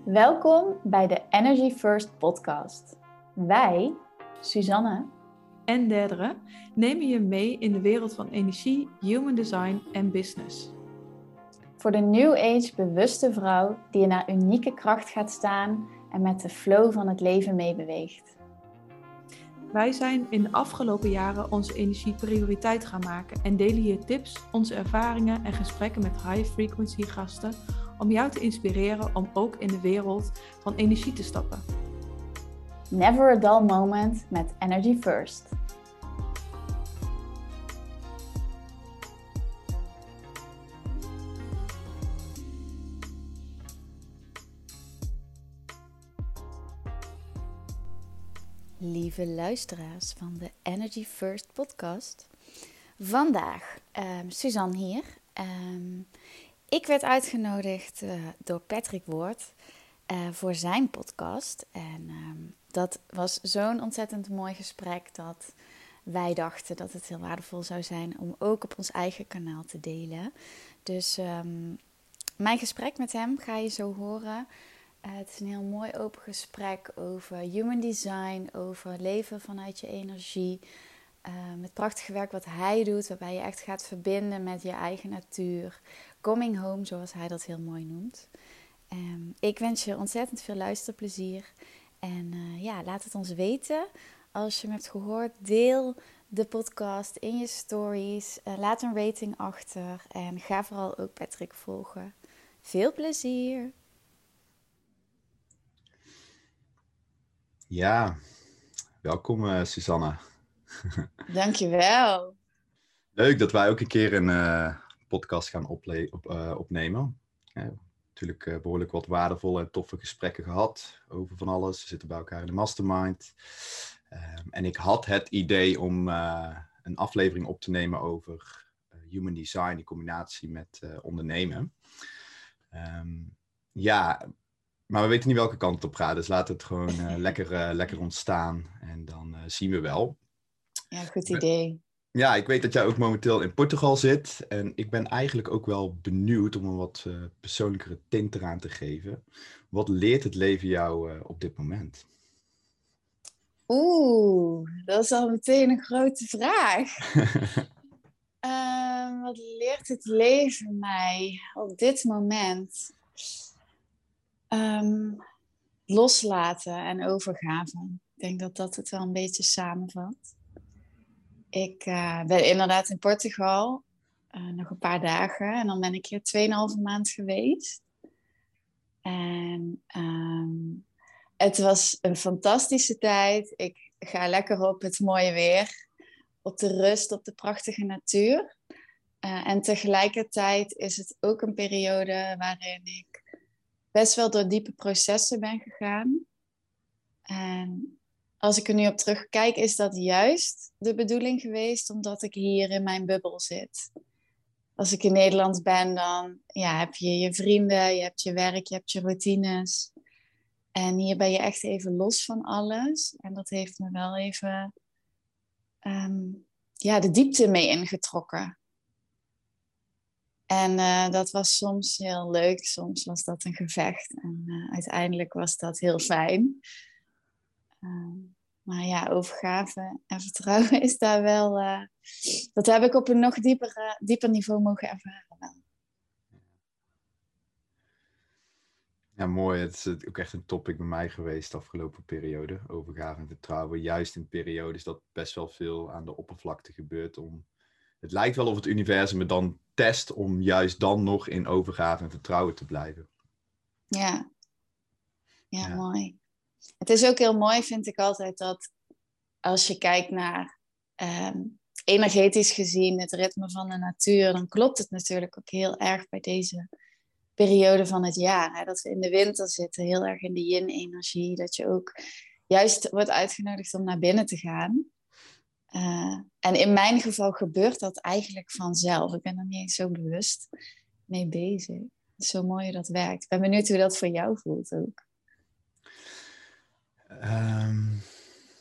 Welkom bij de Energy First podcast. Wij, Suzanne en Derdere, nemen je mee in de wereld van energie, human design en business. Voor de New Age bewuste vrouw die in haar unieke kracht gaat staan en met de flow van het leven meebeweegt. Wij zijn in de afgelopen jaren onze energie prioriteit gaan maken en delen hier tips, onze ervaringen en gesprekken met high-frequency gasten om jou te inspireren om ook in de wereld van energie te stappen. Never a dull moment met Energy First. Lieve luisteraars van de Energy First podcast. Vandaag Suzanne hier. Ik werd uitgenodigd door Patrick Woord voor zijn podcast. En dat was zo'n ontzettend mooi gesprek dat wij dachten dat het heel waardevol zou zijn om ook op ons eigen kanaal te delen. Dus mijn gesprek met hem ga je zo horen. Het is een heel mooi open gesprek over human design, over leven vanuit je energie. Het prachtige werk wat hij doet, waarbij je echt gaat verbinden met je eigen natuur. Coming home, zoals hij dat heel mooi noemt. Ik wens je ontzettend veel luisterplezier. En laat het ons weten. Als je hem hebt gehoord, deel de podcast in je stories. Laat een rating achter. En ga vooral ook Patrick volgen. Veel plezier! Ja, welkom Susanne. Dankjewel. Leuk dat wij ook een keer een podcast gaan opnemen. Natuurlijk behoorlijk wat waardevolle en toffe gesprekken gehad over van alles. We zitten bij elkaar in de mastermind. En ik had het idee om een aflevering op te nemen over human design in combinatie met ondernemen. Maar we weten niet welke kant het op gaat. Dus laten we het gewoon lekker ontstaan. En dan zien we wel. Ja, goed idee. Ja, ik weet dat jij ook momenteel in Portugal zit. En ik ben eigenlijk ook wel benieuwd om een wat persoonlijkere tint eraan te geven. Wat leert het leven jou op dit moment? Dat is al meteen een grote vraag. Wat leert het leven mij op dit moment? Loslaten en overgave. Ik denk dat dat het wel een beetje samenvat. Ik ben inderdaad in Portugal nog een paar dagen en dan ben ik hier 2,5 maand geweest. En het was een fantastische tijd. Ik ga lekker op het mooie weer, op de rust, op de prachtige natuur. En tegelijkertijd is het ook een periode waarin ik best wel door diepe processen ben gegaan. En als ik er nu op terugkijk, is dat juist de bedoeling geweest, omdat ik hier in mijn bubbel zit. Als ik in Nederland ben, dan heb je je vrienden, je hebt je werk, je hebt je routines. En hier ben je echt even los van alles. En dat heeft me wel even de diepte mee ingetrokken. En dat was soms heel leuk, soms was dat een gevecht. En uiteindelijk was dat heel fijn. Maar ja, overgave en vertrouwen is daar wel... dat heb ik op een nog dieper niveau mogen ervaren wel. Ja, mooi. Het is ook echt een topic bij mij geweest de afgelopen periode. Overgave en vertrouwen. Juist in periodes dat best wel veel aan de oppervlakte gebeurt. Het lijkt wel of het universum me dan test om juist dan nog in overgave en vertrouwen te blijven. Ja, mooi. Het is ook heel mooi, vind ik altijd, dat als je kijkt naar energetisch gezien het ritme van de natuur, dan klopt het natuurlijk ook heel erg bij deze periode van het jaar. Hè? Dat we in de winter zitten, heel erg in de yin-energie. Dat je ook juist wordt uitgenodigd om naar binnen te gaan. En in mijn geval gebeurt dat eigenlijk vanzelf. Ik ben er niet eens zo bewust mee bezig. Het is zo mooi hoe dat werkt. Ik ben benieuwd hoe dat voor jou voelt ook.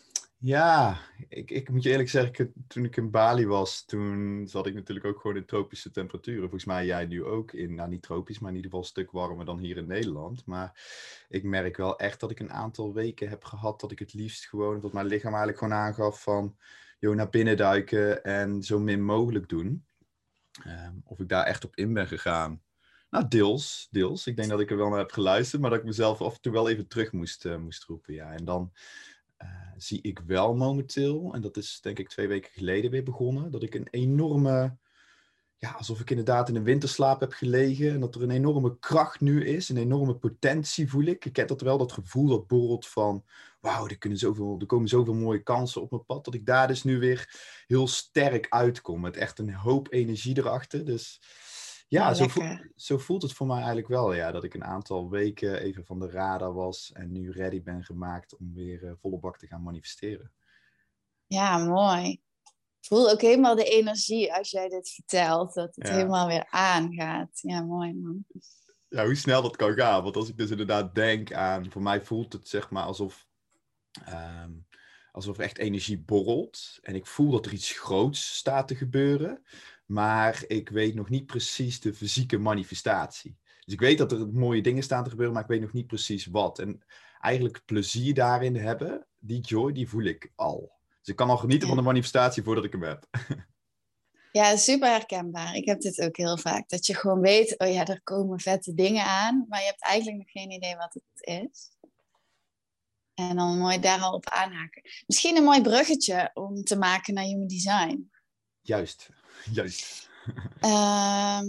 Ja, ik moet je eerlijk zeggen, toen ik in Bali was, toen zat ik natuurlijk ook gewoon in tropische temperaturen. Volgens mij jij nu ook in, nou niet tropisch, maar in ieder geval een stuk warmer dan hier in Nederland. Maar ik merk wel echt dat ik een aantal weken heb gehad dat ik het liefst gewoon, dat mijn lichaam eigenlijk gewoon aangaf van, joh, naar binnen duiken en zo min mogelijk doen. Of ik daar echt op in ben gegaan. Nou, deels. Ik denk dat ik er wel naar heb geluisterd, maar dat ik mezelf af en toe wel even terug moest roepen. Ja. En dan zie ik wel momenteel, en dat is denk ik 2 weken geleden weer begonnen, dat ik een enorme, ja, alsof ik inderdaad in een winterslaap heb gelegen en dat er een enorme kracht nu is, een enorme potentie voel ik. Ik heb dat wel, dat gevoel dat borrelt van, wauw, er komen zoveel mooie kansen op mijn pad, dat ik daar dus nu weer heel sterk uitkom, met echt een hoop energie erachter. Dus Ja, ja, lekker. zo voelt het voor mij eigenlijk wel, ja, dat ik een aantal weken even van de radar was en nu ready ben gemaakt om weer volle bak te gaan manifesteren. Ja, mooi. Ik voel ook helemaal de energie als jij dit vertelt. Dat het Ja. helemaal weer aangaat. Ja, mooi man. Ja, hoe snel dat kan gaan. Want als ik dus inderdaad denk aan, voor mij voelt het zeg maar ehm, alsof er echt energie borrelt. En ik voel dat er iets groots staat te gebeuren. Maar ik weet nog niet precies de fysieke manifestatie. Dus ik weet dat er mooie dingen staan te gebeuren, maar ik weet nog niet precies wat. En eigenlijk plezier daarin hebben, die joy, die voel ik al. Dus ik kan al genieten van Ja. de manifestatie voordat ik hem heb. Ja, super herkenbaar. Ik heb dit ook heel vaak. Dat je gewoon weet, oh ja, er komen vette dingen aan, maar je hebt eigenlijk nog geen idee wat het is. En dan mooi daar al op aanhaken. Misschien een mooi bruggetje om te maken naar Human Design. Juist, juist. Ehm,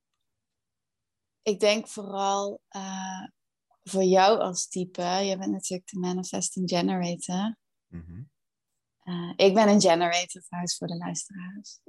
ik denk vooral voor jou als type. Je bent natuurlijk de Manifesting Generator. Mhm. Ik ben een generator trouwens voor de luisteraars.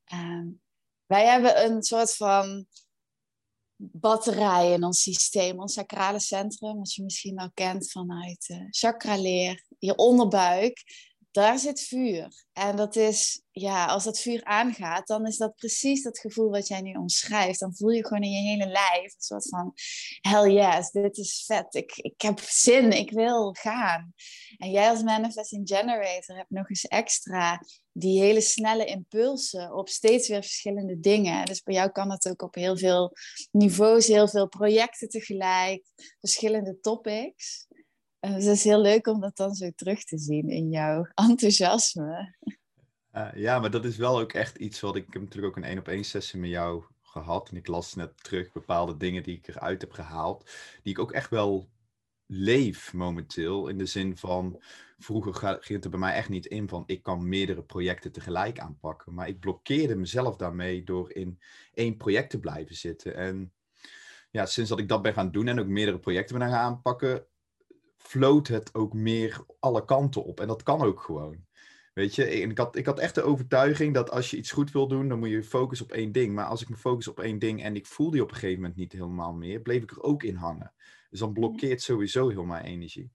Wij hebben een soort van batterij in ons systeem, ons sacrale centrum, wat je misschien wel kent vanuit chakraleer, je onderbuik. Daar zit vuur. En dat is, ja, als dat vuur aangaat, dan is dat precies dat gevoel wat jij nu omschrijft. Dan voel je gewoon in je hele lijf een soort van, hell yes, dit is vet. Ik heb zin, ik wil gaan. En jij als Manifesting Generator hebt nog eens extra die hele snelle impulsen op steeds weer verschillende dingen. Dus bij jou kan het ook op heel veel niveaus, heel veel projecten tegelijk, verschillende topics. Dus het is heel leuk om dat dan zo terug te zien in jouw enthousiasme. Ja, maar dat is wel ook echt iets wat ik heb natuurlijk ook een 1-op-1 sessie met jou gehad. En ik las net terug bepaalde dingen die ik eruit heb gehaald. Die ik ook echt wel leef momenteel. In de zin van, vroeger ging het er bij mij echt niet in van, ik kan meerdere projecten tegelijk aanpakken. Maar ik blokkeerde mezelf daarmee door in 1 project te blijven zitten. En ja, sinds dat ik dat ben gaan doen en ook meerdere projecten ben gaan aanpakken, floot het ook meer alle kanten op. En dat kan ook gewoon. Weet je, en ik had echt de overtuiging dat als je iets goed wil doen, dan moet je focussen op 1 ding. Maar als ik me focus op 1 ding en ik voel die op een gegeven moment niet helemaal meer, bleef ik er ook in hangen. Dus dan blokkeert sowieso heel mijn energie.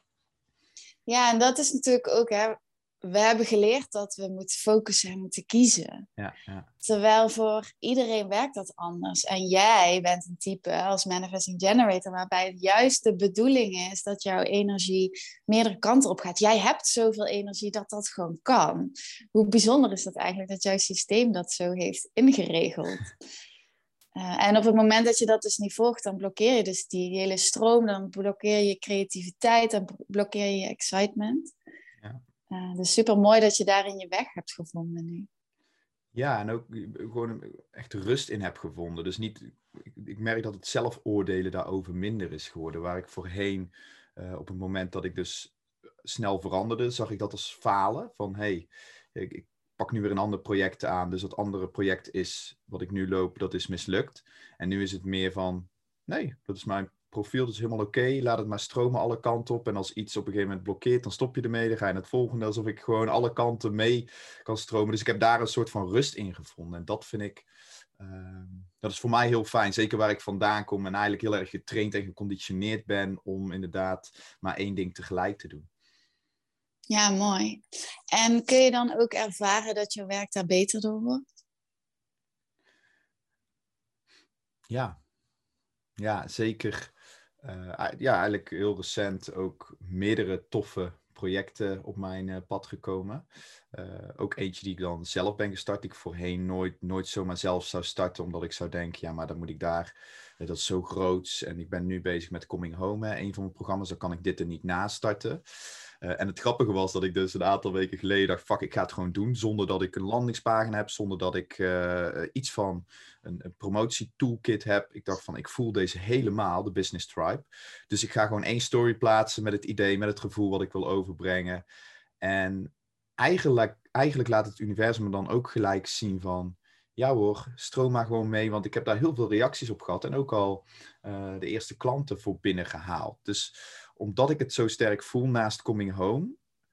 Ja, en dat is natuurlijk ook, hè, we hebben geleerd dat we moeten focussen en moeten kiezen. Ja, ja. Terwijl voor iedereen werkt dat anders. En jij bent een type als Manifesting Generator waarbij het juist de bedoeling is dat jouw energie meerdere kanten op gaat. Jij hebt zoveel energie dat dat gewoon kan. Hoe bijzonder is dat eigenlijk dat jouw systeem dat zo heeft ingeregeld? En op het moment dat je dat dus niet volgt, dan blokkeer je dus die hele stroom, dan blokkeer je creativiteit, dan blokkeer je excitement. Ja. Dus super mooi dat je daarin je weg hebt gevonden nu. Ja, en ook gewoon echt rust in heb gevonden. Dus niet, ik merk dat het zelfoordelen daarover minder is geworden. Waar ik voorheen, op het moment dat ik dus snel veranderde, zag ik dat als falen. Van, hey, ik pak nu weer een ander project aan. Dus dat andere project is, wat ik nu loop, dat is mislukt. En nu is het meer van, nee, dat is mijn profiel, dat is helemaal oké. Laat het maar stromen alle kanten op. En als iets op een gegeven moment blokkeert, dan stop je ermee. Dan ga je naar het volgende, alsof ik gewoon alle kanten mee kan stromen. Dus ik heb daar een soort van rust in gevonden. En dat vind ik, dat is voor mij heel fijn. Zeker waar ik vandaan kom en eigenlijk heel erg getraind en geconditioneerd ben om inderdaad maar 1 ding tegelijk te doen. Ja, mooi. En kun je dan ook ervaren dat je werk daar beter door wordt? Ja, zeker. Ja, eigenlijk heel recent ook meerdere toffe projecten op mijn pad gekomen. Ook eentje die ik dan zelf ben gestart, die ik voorheen nooit zomaar zelf zou starten, omdat ik zou denken, ja, maar dan moet ik daar, dat is zo groots. En ik ben nu bezig met Coming Home, een van mijn programma's, dan kan ik dit er niet naast starten. En het grappige was dat ik dus een aantal weken geleden dacht, fuck, ik ga het gewoon doen, zonder dat ik een landingspagina heb, zonder dat ik iets van een promotie-toolkit heb. Ik dacht van, ik voel deze helemaal, de Business Tribe. Dus ik ga gewoon 1 story plaatsen met het idee, met het gevoel wat ik wil overbrengen. En eigenlijk laat het universum me dan ook gelijk zien van, ja hoor, stroom maar gewoon mee, want ik heb daar heel veel reacties op gehad en ook al de eerste klanten voor binnen gehaald. Dus omdat ik het zo sterk voel naast Coming Home,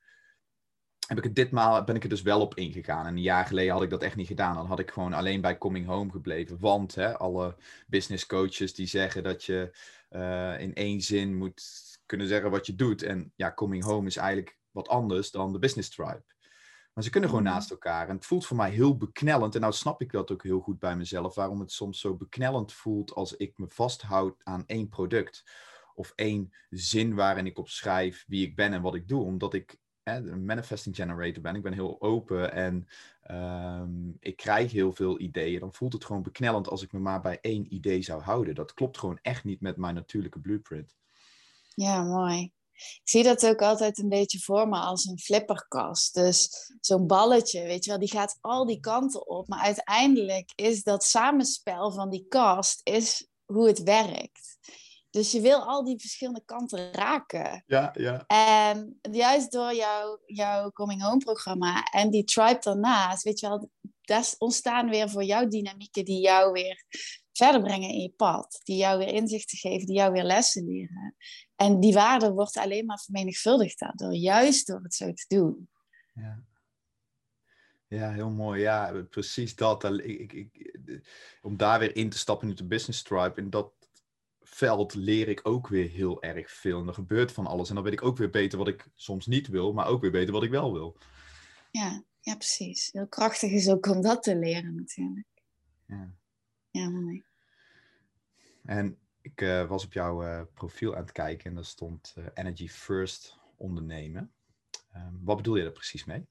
ben ik er dus wel op ingegaan. En een jaar geleden had ik dat echt niet gedaan. Dan had ik gewoon alleen bij Coming Home gebleven. Want alle business coaches die zeggen dat je in 1 zin moet kunnen zeggen wat je doet. En ja, Coming Home is eigenlijk wat anders dan de Business Tribe. Maar ze kunnen gewoon naast elkaar. En het voelt voor mij heel beknellend. En nou snap ik dat ook heel goed bij mezelf. Waarom het soms zo beknellend voelt als ik me vasthoud aan 1 product. Of 1 zin waarin ik op schrijf wie ik ben en wat ik doe. Omdat ik een manifesting generator ben. Ik ben heel open en ik krijg heel veel ideeën. Dan voelt het gewoon beknellend als ik me maar bij 1 idee zou houden. Dat klopt gewoon echt niet met mijn natuurlijke blueprint. Ja, mooi. Ik zie dat ook altijd een beetje voor me als een flipperkast. Dus zo'n balletje, weet je wel, die gaat al die kanten op. Maar uiteindelijk is dat samenspel van die kast is hoe het werkt. Dus je wil al die verschillende kanten raken. Ja, ja. En juist door jouw Coming Home programma en die tribe daarnaast, weet je wel, daar ontstaan weer voor jou dynamieken die jou weer verder brengen in je pad. Die jou weer inzichten geven, die jou weer lessen leren. En die waarde wordt alleen maar vermenigvuldigd daardoor, juist door het zo te doen. Ja. Ja, heel mooi. Ja, precies dat. Om daar weer in te stappen in de Business Tribe, in dat veld leer ik ook weer heel erg veel. En er gebeurt van alles. En dan weet ik ook weer beter wat ik soms niet wil, maar ook weer beter wat ik wel wil. Ja, precies. Heel krachtig is ook om dat te leren natuurlijk. Ja, mooi. En ik was op jouw profiel aan het kijken en daar stond Energy First ondernemen. Wat bedoel je daar precies mee?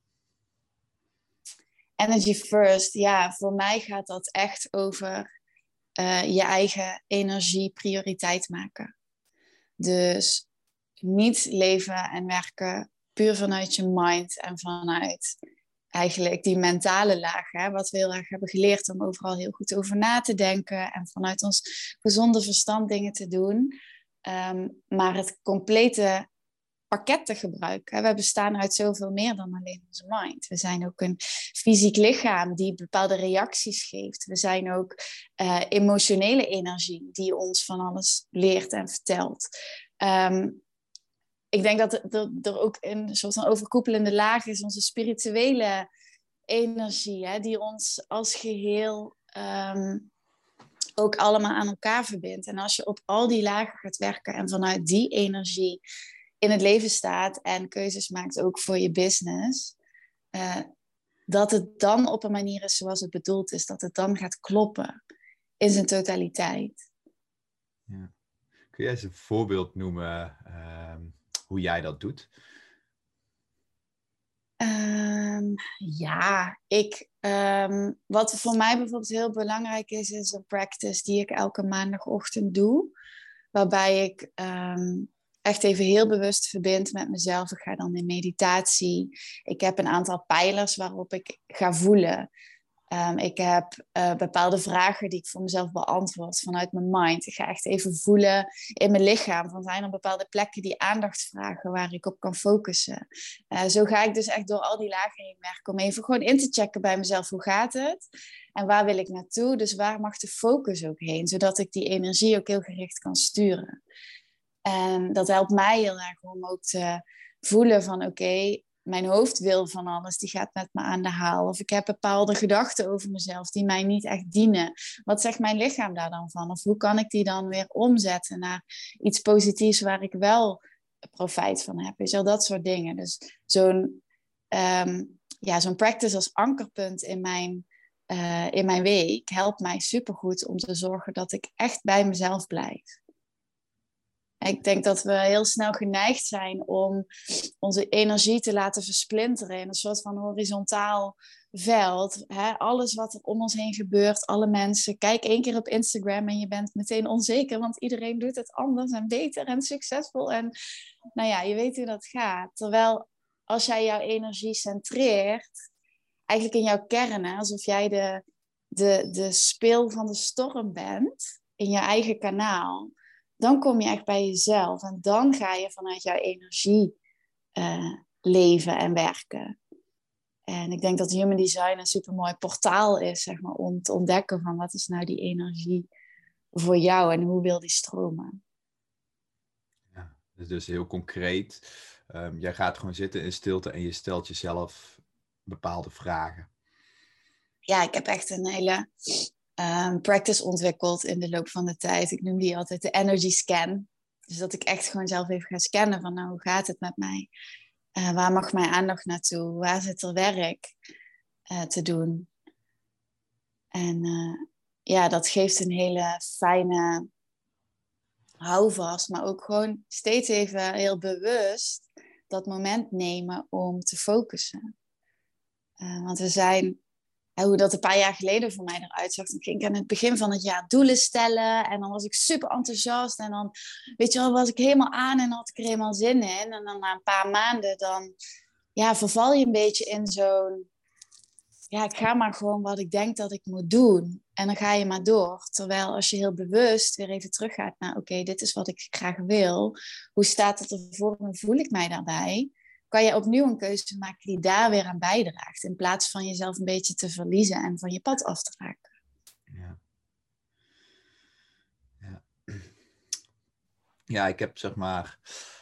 Energy First, ja, voor mij gaat dat echt over je eigen energie prioriteit maken. Dus niet leven en werken puur vanuit je mind en vanuit eigenlijk die mentale laag. Hè, wat we heel erg hebben geleerd om overal heel goed over na te denken en vanuit ons gezonde verstand dingen te doen. Maar het complete pakket te gebruiken. We bestaan uit zoveel meer dan alleen onze mind. We zijn ook een fysiek lichaam die bepaalde reacties geeft. We zijn ook emotionele energie die ons van alles leert en vertelt. Ik denk dat er ook een soort van overkoepelende laag is, onze spirituele energie, hè, die ons als geheel ook allemaal aan elkaar verbindt. En als je op al die lagen gaat werken en vanuit die energie in het leven staat en keuzes maakt ook voor je business, dat het dan op een manier is zoals het bedoeld is, dat het dan gaat kloppen in zijn totaliteit. Ja. Kun jij eens een voorbeeld noemen hoe jij dat doet? Wat voor mij bijvoorbeeld heel belangrijk is een practice die ik elke maandagochtend doe, waarbij ik echt even heel bewust verbind met mezelf. Ik ga dan in meditatie. Ik heb een aantal pijlers waarop ik ga voelen. Ik heb bepaalde vragen die ik voor mezelf beantwoord vanuit mijn mind. Ik ga echt even voelen in mijn lichaam. Van zijn er bepaalde plekken die aandacht vragen waar ik op kan focussen. Zo ga ik dus echt door al die lagen heen werken. Om even gewoon in te checken bij mezelf. Hoe gaat het? En waar wil ik naartoe? Dus waar mag de focus ook heen? Zodat ik die energie ook heel gericht kan sturen. En dat helpt mij heel erg om ook te voelen van oké, mijn hoofd wil van alles, die gaat met me aan de haal. Of ik heb bepaalde gedachten over mezelf die mij niet echt dienen. Wat zegt mijn lichaam daar dan van? Of hoe kan ik die dan weer omzetten naar iets positiefs waar ik wel profijt van heb? Weet je wel, dat soort dingen. Dus zo'n practice als ankerpunt in mijn week helpt mij supergoed om te zorgen dat ik echt bij mezelf blijf. Ik denk dat we heel snel geneigd zijn om onze energie te laten versplinteren in een soort van horizontaal veld. Hè? Alles wat er om ons heen gebeurt, alle mensen. Kijk 1 keer op Instagram en je bent meteen onzeker, want iedereen doet het anders en beter en succesvol. En nou ja, je weet hoe dat gaat. Terwijl als jij jouw energie centreert, eigenlijk in jouw kern, hè, alsof jij de speel van de storm bent in je eigen kanaal, dan kom je echt bij jezelf. En dan ga je vanuit jouw energie leven en werken. En ik denk dat Human Design een supermooi portaal is, zeg maar, om te ontdekken van wat is nou die energie voor jou en hoe wil die stromen. Ja, dus heel concreet. Jij gaat gewoon zitten in stilte en je stelt jezelf bepaalde vragen. Ja, ik heb echt een hele practice ontwikkeld in de loop van de tijd. Ik noem die altijd de energy scan. Dus dat ik echt gewoon zelf even ga scannen van nou, hoe gaat het met mij? Waar mag mijn aandacht naartoe? Waar zit er werk te doen? En ja, dat geeft een hele fijne houvast, maar ook gewoon steeds even heel bewust dat moment nemen om te focussen. Want we zijn, hoe dat een paar jaar geleden voor mij eruit zag, dan ging ik aan het begin van het jaar doelen stellen en dan was ik super enthousiast en dan, weet je wel, was ik helemaal aan en had ik er helemaal zin in. En dan na een paar maanden dan, ja, verval je een beetje in zo'n, ja, ik ga maar gewoon wat ik denk dat ik moet doen. En dan ga je maar door. Terwijl als je heel bewust weer even teruggaat naar, oké, dit is wat ik graag wil. Hoe staat het ervoor en voel ik mij daarbij? Kan je opnieuw een keuze maken die daar weer aan bijdraagt. In plaats van jezelf een beetje te verliezen en van je pad af te raken. Ja. Ja. Ja, ik heb zeg maar...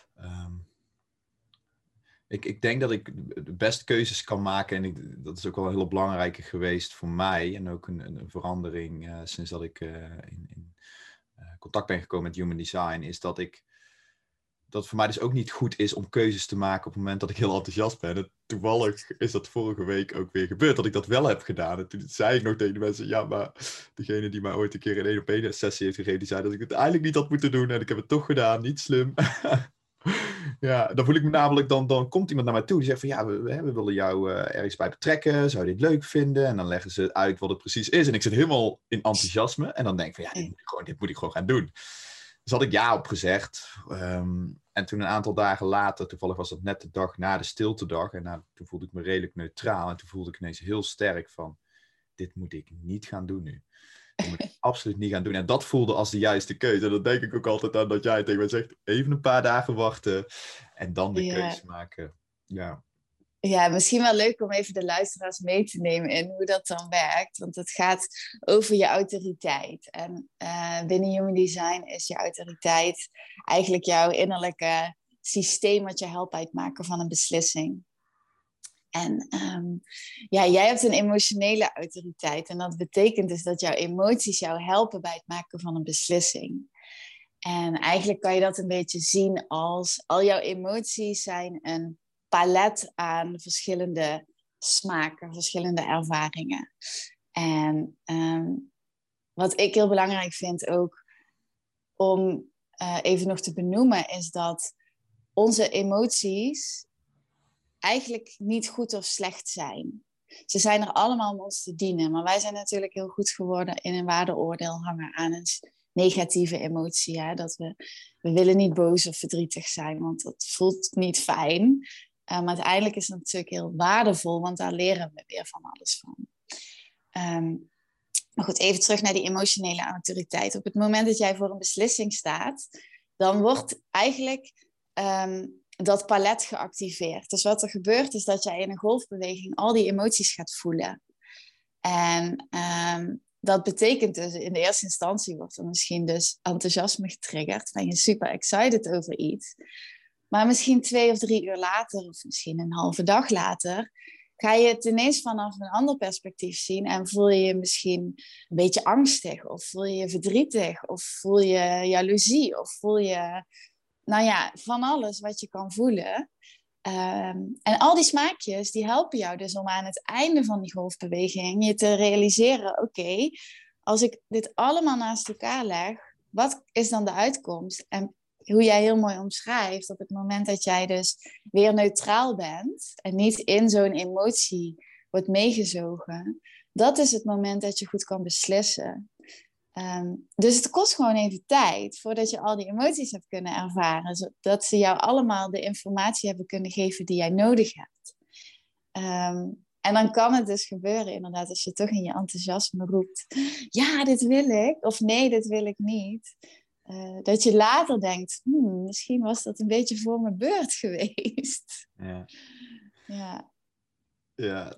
Ik denk dat ik de beste keuzes kan maken en dat is ook wel een hele belangrijke geweest voor mij en ook een verandering sinds dat ik in contact ben gekomen met Human Design, is dat het voor mij dus ook niet goed is om keuzes te maken op het moment dat ik heel enthousiast ben. En toevallig is dat vorige week ook weer gebeurd, dat ik dat wel heb gedaan. En toen zei ik nog tegen de mensen, ja, maar degene die mij ooit een keer een 1-op-1 sessie heeft gegeven, die zei dat ik het eigenlijk niet had moeten doen en ik heb het toch gedaan, niet slim. Ja, dan voel ik me namelijk, dan komt iemand naar mij toe die zegt van ja, we willen jou ergens bij betrekken, zou je dit leuk vinden? En dan leggen ze uit wat het precies is en ik zit helemaal in enthousiasme en dan denk ik van ja, dit moet ik gewoon gaan doen. Dus had ik ja op gezegd. En toen een aantal dagen later, toevallig was dat net de dag na de stiltedag en toen voelde ik me redelijk neutraal en toen voelde ik ineens heel sterk van dit moet ik niet gaan doen nu. Dat moet ik absoluut niet gaan doen. En dat voelde als de juiste keuze. En dan denk ik ook altijd aan dat jij tegen mij zegt, even een paar dagen wachten en dan de keuze maken. Ja. Ja, misschien wel leuk om even de luisteraars mee te nemen in hoe dat dan werkt. Want het gaat over je autoriteit. En binnen Human Design is je autoriteit eigenlijk jouw innerlijke systeem wat je helpt bij het maken van een beslissing. En ja, jij hebt een emotionele autoriteit. En dat betekent dus dat jouw emoties jou helpen bij het maken van een beslissing. En eigenlijk kan je dat een beetje zien als al jouw emoties zijn een palet aan verschillende smaken, verschillende ervaringen. En wat ik heel belangrijk vind ook om even nog te benoemen, is dat onze emoties eigenlijk niet goed of slecht zijn. Ze zijn er allemaal om ons te dienen, maar wij zijn natuurlijk heel goed geworden in een waardeoordeel hangen aan een negatieve emotie. Hè? Dat we willen niet boos of verdrietig zijn, want dat voelt niet fijn. Maar uiteindelijk is het natuurlijk heel waardevol, want daar leren we weer van alles van. Maar goed, even terug naar die emotionele autoriteit. Op het moment dat jij voor een beslissing staat, dan wordt eigenlijk dat palet geactiveerd. Dus wat er gebeurt is dat jij in een golfbeweging al die emoties gaat voelen. En dat betekent dus in de eerste instantie wordt er misschien dus enthousiasme getriggerd. Ben je super excited over iets. Maar misschien 2 of 3 uur later, of misschien een halve dag later, ga je het ineens vanaf een ander perspectief zien en voel je je misschien een beetje angstig, of voel je je verdrietig, of voel je jaloezie, of voel je, nou ja, van alles wat je kan voelen. En al die smaakjes, die helpen jou dus om aan het einde van die golfbeweging je te realiseren, oké, als ik dit allemaal naast elkaar leg, wat is dan de uitkomst? En hoe jij heel mooi omschrijft, op het moment dat jij dus weer neutraal bent en niet in zo'n emotie wordt meegezogen, dat is het moment dat je goed kan beslissen. Dus het kost gewoon even tijd voordat je al die emoties hebt kunnen ervaren, zodat ze jou allemaal de informatie hebben kunnen geven die jij nodig hebt. En dan kan het dus gebeuren, inderdaad, als je toch in je enthousiasme roept, ja, dit wil ik, of nee, dit wil ik niet. Dat je later denkt, misschien was dat een beetje voor mijn beurt geweest. Ja. Ja. Ja,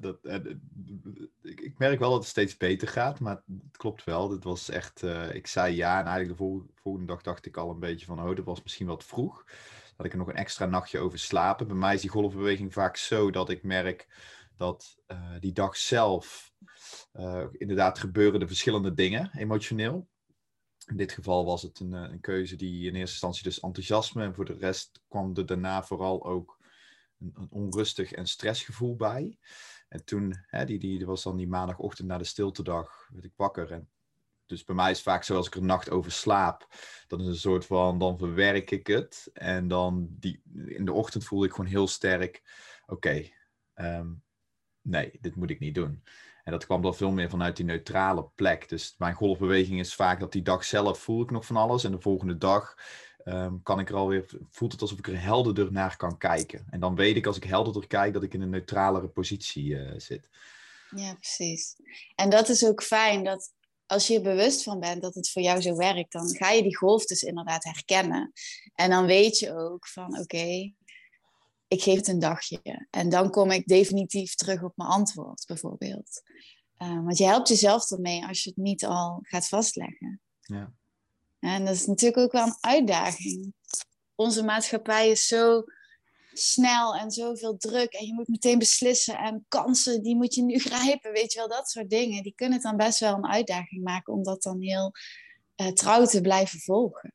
ik merk wel dat het steeds beter gaat, maar het klopt wel. Dit was echt, ik zei ja en eigenlijk de volgende dag dacht ik al een beetje van, dat was misschien wat vroeg. Dat ik er nog een extra nachtje over slapen. Bij mij is die golfbeweging vaak zo dat ik merk dat die dag zelf inderdaad gebeuren er verschillende dingen, emotioneel. In dit geval was het een keuze die in eerste instantie dus enthousiasme en voor de rest kwam er daarna vooral ook een onrustig en stressgevoel bij. En toen, er was dan die maandagochtend na de stiltedag, werd ik wakker. En dus bij mij is het vaak zo, als ik er een nacht over slaap, dan is het een soort van, dan verwerk ik het. En dan in de ochtend voelde ik gewoon heel sterk, oké, nee, dit moet ik niet doen. En dat kwam dan veel meer vanuit die neutrale plek. Dus mijn golfbeweging is vaak dat die dag zelf voel ik nog van alles. En de volgende dag kan ik er alweer, voelt het alsof ik er helderder naar kan kijken. En dan weet ik als ik helderder kijk dat ik in een neutralere positie zit. Ja, precies. En dat is ook fijn, dat als je er bewust van bent dat het voor jou zo werkt, dan ga je die golf dus inderdaad herkennen. En dan weet je ook van oké, ik geef het een dagje. En dan kom ik definitief terug op mijn antwoord, bijvoorbeeld. Want je helpt jezelf ermee als je het niet al gaat vastleggen. Ja. En dat is natuurlijk ook wel een uitdaging. Onze maatschappij is zo snel en zoveel druk. En je moet meteen beslissen. En kansen, die moet je nu grijpen. Weet je wel, dat soort dingen. Die kunnen het dan best wel een uitdaging maken. Om dat dan heel trouw te blijven volgen.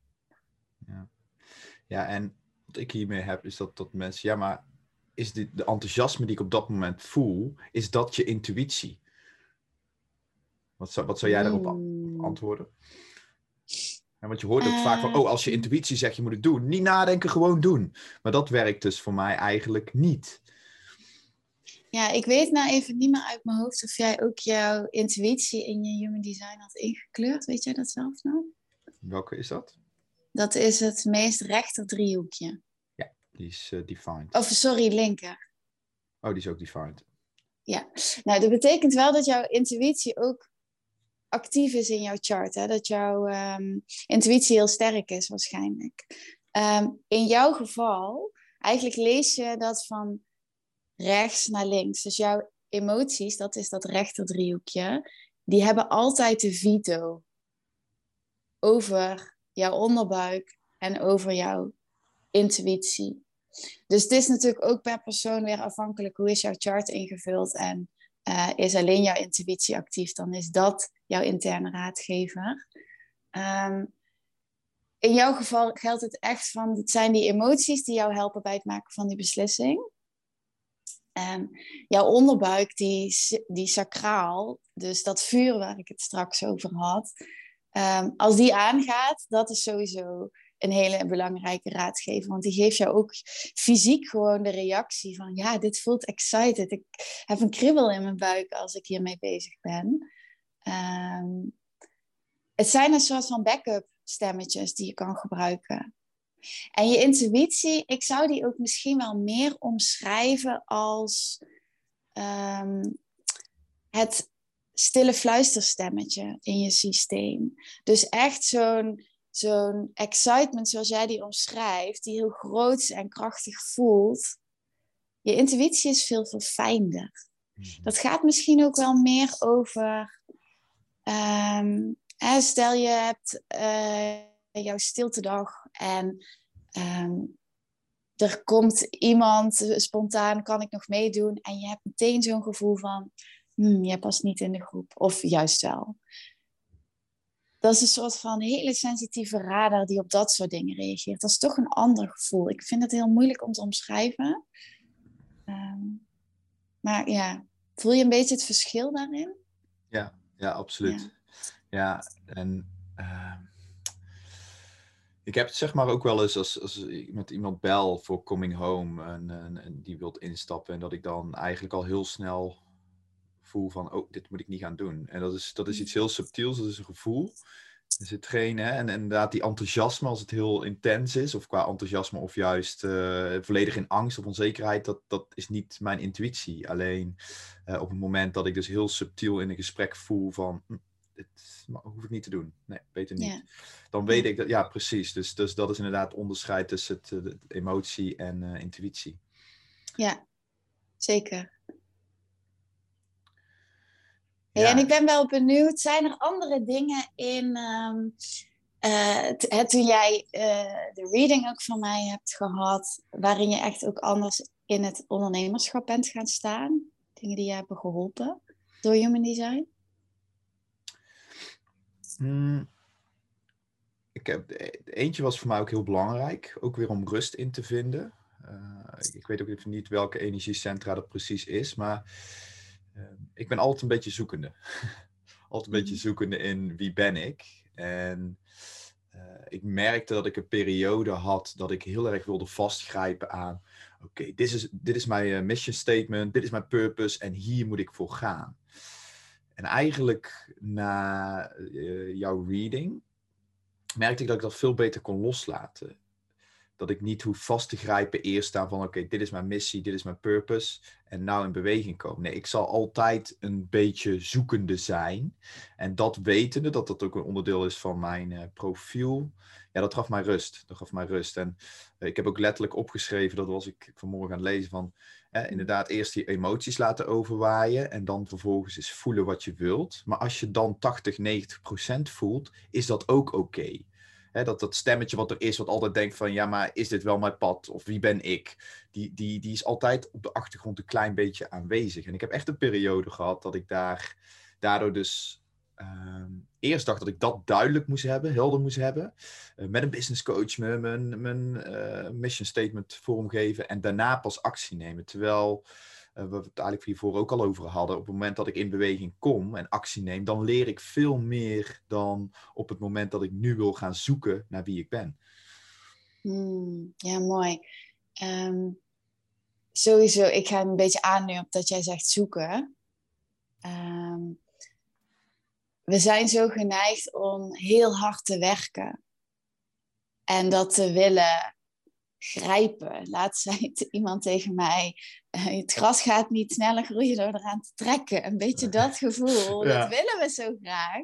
Ja, en wat ik hiermee heb, is dat mensen... Ja, maar is de enthousiasme die ik op dat moment voel, is dat je intuïtie? Wat zou jij daarop antwoorden? Ja, want je hoort ook vaak van, als je intuïtie zegt, je moet het doen. Niet nadenken, gewoon doen. Maar dat werkt dus voor mij eigenlijk niet. Ja, ik weet nou even niet meer uit mijn hoofd of jij ook jouw intuïtie in je human design had ingekleurd. Weet jij dat zelf nou? Welke is dat? Dat is het meest rechter driehoekje. Ja, die is defined. Of sorry, linker. Oh, die is ook defined. Ja, nou dat betekent wel dat jouw intuïtie ook actief is in jouw chart. Hè? Dat jouw intuïtie heel sterk is waarschijnlijk. In jouw geval, eigenlijk lees je dat van rechts naar links. Dus jouw emoties, dat is dat rechter driehoekje, die hebben altijd de veto over jouw onderbuik en over jouw intuïtie. Dus het is natuurlijk ook per persoon weer afhankelijk hoe is jouw chart ingevuld en is alleen jouw intuïtie actief, dan is dat jouw interne raadgever. In jouw geval geldt het echt van, het zijn die emoties die jou helpen bij het maken van die beslissing. Jouw onderbuik, die sacraal, dus dat vuur waar ik het straks over had, als die aangaat, dat is sowieso een hele belangrijke raadgever. Want die geeft jou ook fysiek gewoon de reactie van, ja, dit voelt excited. Ik heb een kriebel in mijn buik als ik hiermee bezig ben. Het zijn een soort van backup stemmetjes die je kan gebruiken. En je intuïtie, ik zou die ook misschien wel meer omschrijven als het stille fluisterstemmetje in je systeem. Dus echt zo'n excitement zoals jij die omschrijft, die heel groot en krachtig voelt. Je intuïtie is veel verfijnder. Dat gaat misschien ook wel meer over... stel je hebt jouw stiltedag en er komt iemand spontaan, kan ik nog meedoen? En je hebt meteen zo'n gevoel van, jij past niet in de groep. Of juist wel. Dat is een soort van hele sensitieve radar die op dat soort dingen reageert. Dat is toch een ander gevoel. Ik vind het heel moeilijk om te omschrijven. Maar ja, voel je een beetje het verschil daarin? Ja, absoluut. Ja, en Ik heb het zeg maar ook wel eens als ik met iemand bel voor coming home en die wilt instappen en dat ik dan eigenlijk al heel snel voel van, oh, dit moet ik niet gaan doen. En dat is iets heel subtiels, dat is een gevoel. Er zit geen, hè, en inderdaad die enthousiasme, als het heel intens is, of qua enthousiasme of juist volledig in angst of onzekerheid, dat is niet mijn intuïtie. Alleen op het moment dat ik dus heel subtiel in een gesprek voel van, dit hoef ik niet te doen. Nee, beter niet. Ja. Dan weet ik dat, ja, precies. Dus dat is inderdaad het onderscheid tussen de emotie en intuïtie. Ja, zeker. Ja. Hey, en ik ben wel benieuwd, zijn er andere dingen in... toen jij de reading ook van mij hebt gehad, waarin je echt ook anders in het ondernemerschap bent gaan staan? Dingen die je hebben geholpen door Human Design? Eentje was voor mij ook heel belangrijk, ook weer om rust in te vinden. Ik weet ook even niet welke energiecentra dat precies is, maar ik ben altijd een beetje zoekende. Altijd een beetje zoekende in wie ben ik. En ik merkte dat ik een periode had dat ik heel erg wilde vastgrijpen aan, oké, dit is mijn mission statement, dit is mijn purpose en hier moet ik voor gaan. En eigenlijk na jouw reading merkte ik dat ik dat veel beter kon loslaten. Dat ik niet hoef vast te grijpen eerst aan van oké, dit is mijn missie, dit is mijn purpose en nou in beweging komen. Nee, ik zal altijd een beetje zoekende zijn. En dat wetende, dat dat ook een onderdeel is van mijn profiel, ja, dat gaf mij rust. Dat gaf mij rust. En ik heb ook letterlijk opgeschreven, dat was ik vanmorgen aan het lezen van, inderdaad eerst die emoties laten overwaaien en dan vervolgens eens voelen wat je wilt. Maar als je dan 80-90% voelt, is dat ook oké. Dat stemmetje wat er is, wat altijd denkt van, ja, maar is dit wel mijn pad? Of wie ben ik? Die is altijd op de achtergrond een klein beetje aanwezig. En ik heb echt een periode gehad dat ik daardoor dus eerst dacht dat ik dat duidelijk moest hebben, helder moest hebben. Met een business coach, mijn mission statement vormgeven en daarna pas actie nemen. Terwijl we het eigenlijk hiervoor ook al over hadden. Op het moment dat ik in beweging kom en actie neem, dan leer ik veel meer dan op het moment dat ik nu wil gaan zoeken naar wie ik ben. Ja, mooi. Sowieso, ik ga een beetje aan nu op dat jij zegt zoeken. We zijn zo geneigd om heel hard te werken. En dat te willen grijpen. Laatst zei iemand tegen mij, het gras gaat niet sneller groeien door eraan te trekken. Een beetje dat gevoel, Ja. Dat willen we zo graag.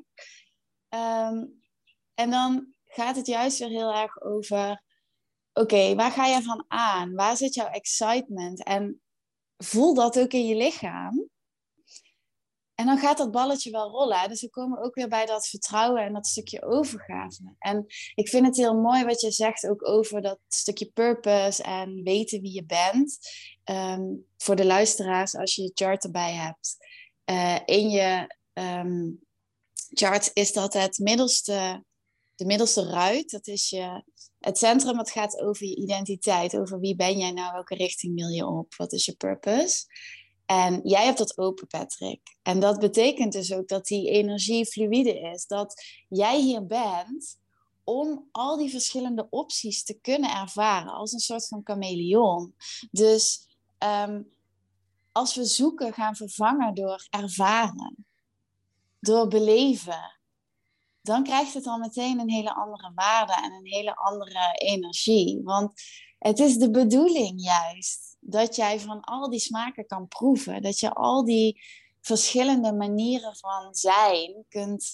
En dan gaat het juist weer heel erg over, oké, waar ga je van aan? Waar zit jouw excitement? En voel dat ook in je lichaam. En dan gaat dat balletje wel rollen. Dus we komen ook weer bij dat vertrouwen en dat stukje overgave. En ik vind het heel mooi wat je zegt ook over dat stukje purpose en weten wie je bent. Voor de luisteraars, als je je chart erbij hebt. In je chart is dat de middelste ruit. Dat is het centrum. Het gaat over je identiteit. Over wie ben jij nou? Welke richting wil je op? Wat is je purpose? En jij hebt dat open, Patrick. En dat betekent dus ook dat die energie fluïde is. Dat jij hier bent om al die verschillende opties te kunnen ervaren. Als een soort van chameleon. Dus als we zoeken, gaan vervangen door ervaren. Door beleven. Dan krijgt het al meteen een hele andere waarde en een hele andere energie. Want het is de bedoeling juist dat jij van al die smaken kan proeven. Dat je al die verschillende manieren van zijn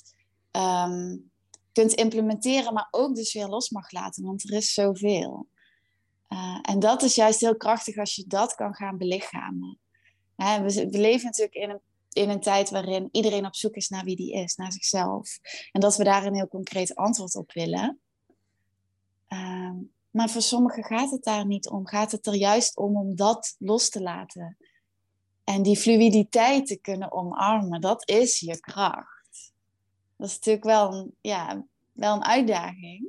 kunt implementeren, maar ook dus weer los mag laten. Want er is zoveel. En dat is juist heel krachtig als je dat kan gaan belichamen. We leven natuurlijk in een tijd waarin iedereen op zoek is naar wie die is, naar zichzelf. En dat we daar een heel concreet antwoord op willen. Maar voor sommigen gaat het daar niet om. Gaat het er juist om dat los te laten. En die fluïditeit te kunnen omarmen. Dat is je kracht. Dat is natuurlijk wel een uitdaging.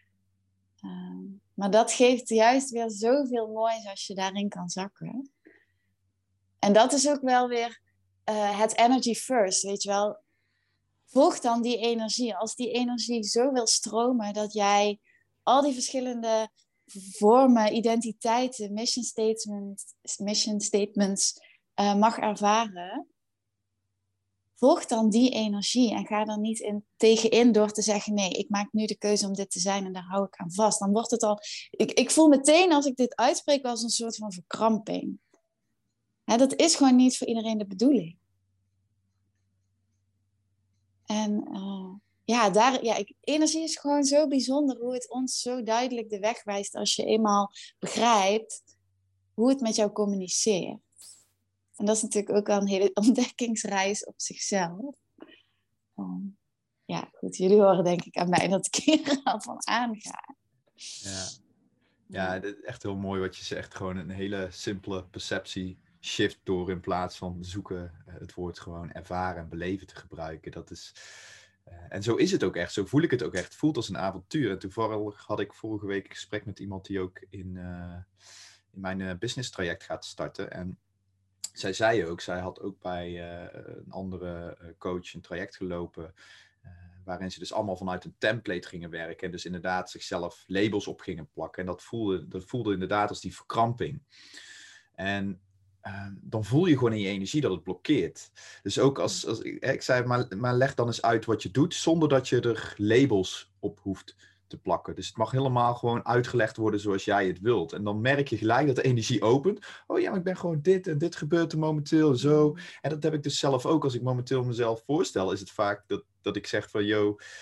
Maar dat geeft juist weer zoveel moois als je daarin kan zakken. En dat is ook wel weer het energy first, weet je wel. Volg dan die energie. Als die energie zo wil stromen dat jij al die verschillende vormen, identiteiten, mission statements mag ervaren, volg dan die energie en ga er niet tegenin door te zeggen, nee, ik maak nu de keuze om dit te zijn en daar hou ik aan vast. Dan wordt het al... Ik voel meteen als ik dit uitspreek als een soort van verkramping. Dat is gewoon niet voor iedereen de bedoeling. En energie is gewoon zo bijzonder hoe het ons zo duidelijk de weg wijst als je eenmaal begrijpt hoe het met jou communiceert. En dat is natuurlijk ook al een hele ontdekkingsreis op zichzelf. Goed, jullie horen denk ik aan mij dat ik hier al van aanga. Ja, echt heel mooi wat je zegt. Gewoon een hele simpele perceptie shift door in plaats van zoeken het woord gewoon ervaren en beleven te gebruiken. Dat is... en zo is het ook echt. Zo voel ik het ook echt. Het voelt als een avontuur. En toevallig had ik vorige week een gesprek met iemand die ook in mijn business traject gaat starten. En zij zei ook, zij had ook bij een andere coach een traject gelopen, waarin ze dus allemaal vanuit een template gingen werken. En dus inderdaad zichzelf labels op gingen plakken. En dat voelde inderdaad als die verkramping. En dan voel je gewoon in je energie dat het blokkeert. Dus ook als ik zei, maar leg dan eens uit wat je doet, zonder dat je er labels op hoeft te plakken. Dus het mag helemaal gewoon uitgelegd worden zoals jij het wilt. En dan merk je gelijk dat de energie opent. Oh ja, maar ik ben gewoon dit en dit gebeurt er momenteel en zo. En dat heb ik dus zelf ook. Als ik momenteel mezelf voorstel, is het vaak dat ik zeg van,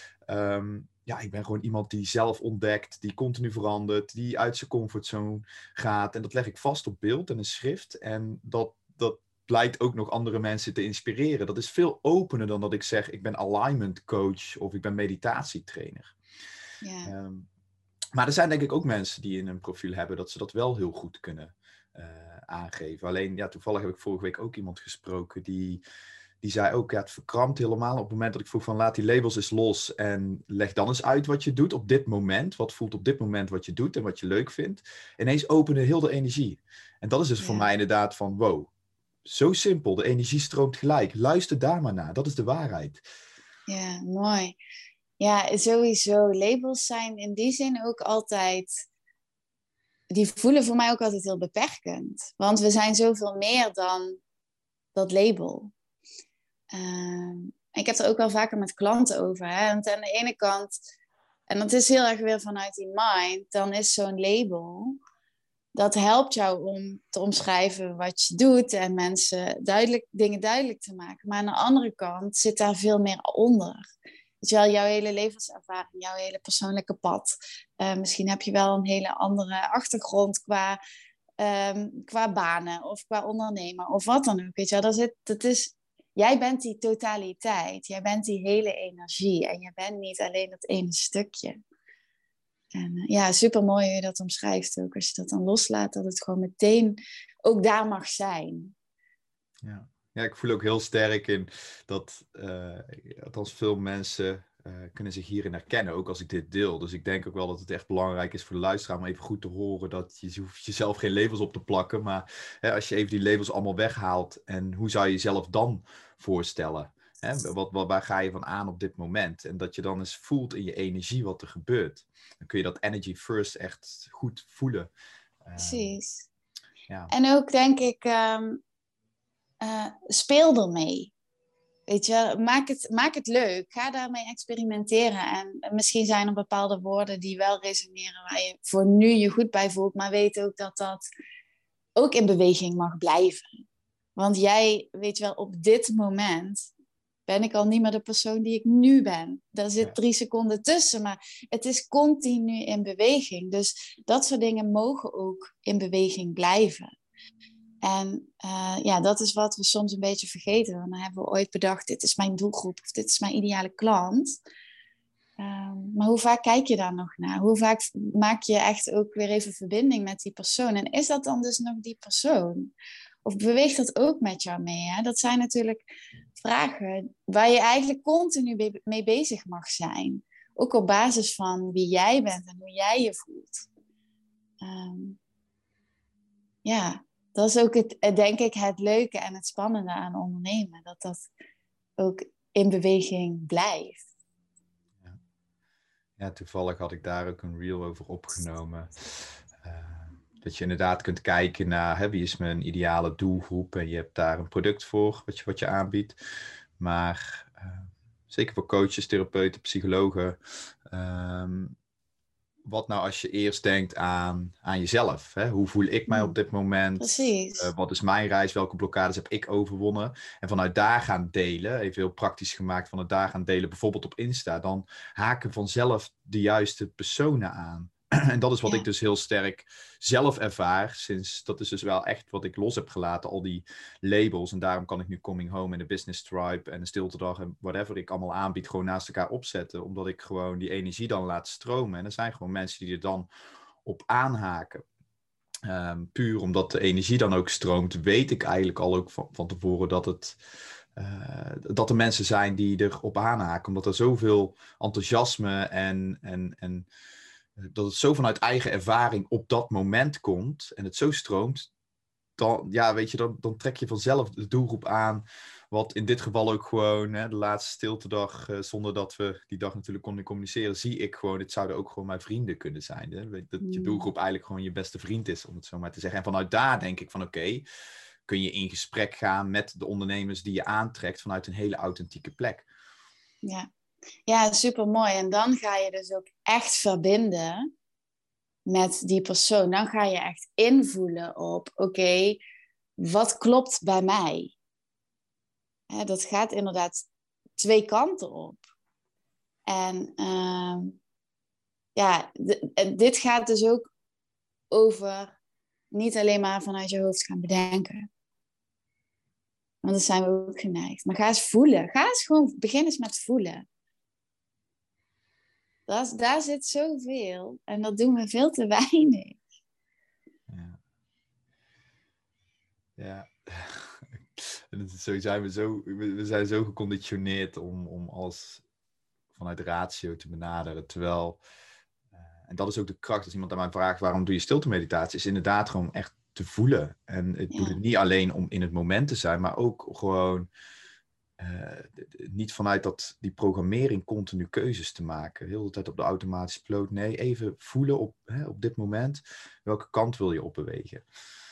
ik ben gewoon iemand die zelf ontdekt, die continu verandert, die uit zijn comfortzone gaat. En dat leg ik vast op beeld en een schrift. En dat blijkt ook nog andere mensen te inspireren. Dat is veel opener dan dat ik zeg, ik ben alignment coach of ik ben meditatietrainer. Ja. Maar er zijn denk ik ook mensen die in een profiel hebben dat ze dat wel heel goed kunnen aangeven. Alleen, toevallig heb ik vorige week ook iemand gesproken die zei ook, het verkrampt helemaal op het moment dat ik vroeg van laat die labels eens los en leg dan eens uit wat je doet op dit moment. Wat voelt op dit moment wat je doet en wat je leuk vindt. Ineens opende heel de energie. En dat is dus voor mij inderdaad van wow, zo simpel. De energie stroomt gelijk. Luister daar maar naar. Dat is de waarheid. Ja, mooi. Ja, sowieso. Labels zijn in die zin ook altijd... Die voelen voor mij ook altijd heel beperkend. Want we zijn zoveel meer dan dat label. Ik heb er ook wel vaker met klanten over. Hè? Want aan de ene kant... En dat is heel erg weer vanuit die mind. Dan is zo'n label... Dat helpt jou om te omschrijven wat je doet. En mensen dingen duidelijk te maken. Maar aan de andere kant zit daar veel meer onder. Dus wel jouw hele levenservaring, jouw hele persoonlijke pad. Misschien heb je wel een hele andere achtergrond qua banen of qua ondernemer of wat dan ook. Weet je wel? Jij bent die totaliteit, jij bent die hele energie en je bent niet alleen dat ene stukje. En super mooi hoe je dat omschrijft ook. Als je dat dan loslaat, dat het gewoon meteen ook daar mag zijn. Ja, ik voel ook heel sterk in dat, althans veel mensen kunnen zich hierin herkennen, ook als ik dit deel. Dus ik denk ook wel dat het echt belangrijk is voor de luisteraar om even goed te horen dat je hoeft jezelf geen labels op te plakken. Maar als je even die labels allemaal weghaalt, en hoe zou je jezelf dan voorstellen? Waar ga je van aan op dit moment? En dat je dan eens voelt in je energie wat er gebeurt. Dan kun je dat energy first echt goed voelen. Precies. Ja. En ook denk ik... speel ermee. Weet je, maak het leuk. Ga daarmee experimenteren. En misschien zijn er bepaalde woorden die wel resoneren waar je voor nu je goed bij voelt. Maar weet ook dat dat ook in beweging mag blijven. Want jij, weet je wel, op dit moment ben ik al niet meer de persoon die ik nu ben. Daar zit 3 seconden tussen, maar het is continu in beweging. Dus dat soort dingen mogen ook in beweging blijven. En dat is wat we soms een beetje vergeten. Want dan hebben we ooit bedacht, dit is mijn doelgroep of dit is mijn ideale klant. Maar hoe vaak kijk je daar nog naar? Hoe vaak maak je echt ook weer even verbinding met die persoon? En is dat dan dus nog die persoon? Of beweegt dat ook met jou mee? Hè? Dat zijn natuurlijk vragen waar je eigenlijk continu mee bezig mag zijn. Ook op basis van wie jij bent en hoe jij je voelt. Dat is ook denk ik het leuke en het spannende aan ondernemen. Dat ook in beweging blijft. Ja, toevallig had ik daar ook een reel over opgenomen. Dat je inderdaad kunt kijken naar wie is mijn ideale doelgroep. En je hebt daar een product voor wat je aanbiedt. Maar zeker voor coaches, therapeuten, psychologen. Wat nou als je eerst denkt aan jezelf? Hè? Hoe voel ik mij op dit moment? Precies. Wat is mijn reis? Welke blokkades heb ik overwonnen? En vanuit daar gaan delen, even heel praktisch gemaakt, vanuit daar gaan delen, bijvoorbeeld op Insta, dan haken vanzelf de juiste personen aan. En dat is wat ik dus heel sterk zelf ervaar, sinds dat is dus wel echt wat ik los heb gelaten, al die labels. En daarom kan ik nu Coming Home en de Business Tribe en de Stiltedag en whatever ik allemaal aanbied, gewoon naast elkaar opzetten. Omdat ik gewoon die energie dan laat stromen. En er zijn gewoon mensen die er dan op aanhaken. Puur omdat de energie dan ook stroomt, weet ik eigenlijk al ook van tevoren dat er mensen zijn die erop aanhaken. Omdat er zoveel enthousiasme en dat het zo vanuit eigen ervaring op dat moment komt en het zo stroomt, dan, ja, weet je, dan trek je vanzelf de doelgroep aan. Wat in dit geval ook gewoon, de laatste stiltedag, zonder dat we die dag natuurlijk konden communiceren, zie ik gewoon, dit zouden ook gewoon mijn vrienden kunnen zijn. Hè? Dat je doelgroep eigenlijk gewoon je beste vriend is, om het zo maar te zeggen. En vanuit daar denk ik van oké, kun je in gesprek gaan met de ondernemers die je aantrekt vanuit een hele authentieke plek. Ja, super mooi. En dan ga je dus ook echt verbinden met die persoon. Dan ga je echt invoelen op, oké, wat klopt bij mij? Dat gaat inderdaad twee kanten op. En dit gaat dus ook over niet alleen maar vanuit je hoofd gaan bedenken. Want dat zijn we ook geneigd. Maar ga eens voelen. Begin eens met voelen. Daar zit zoveel. En dat doen we veel te weinig. Ja. En zo zijn we zijn zo geconditioneerd om alles vanuit ratio te benaderen. Terwijl, en dat is ook de kracht, als iemand aan mij vraagt waarom doe je stilte-meditatie, is inderdaad gewoon echt te voelen. En ik doe het niet alleen om in het moment te zijn, maar ook gewoon niet vanuit die programmering continu keuzes te maken. De hele tijd op de automatische piloot. Nee, even voelen op dit moment. Welke kant wil je opbewegen?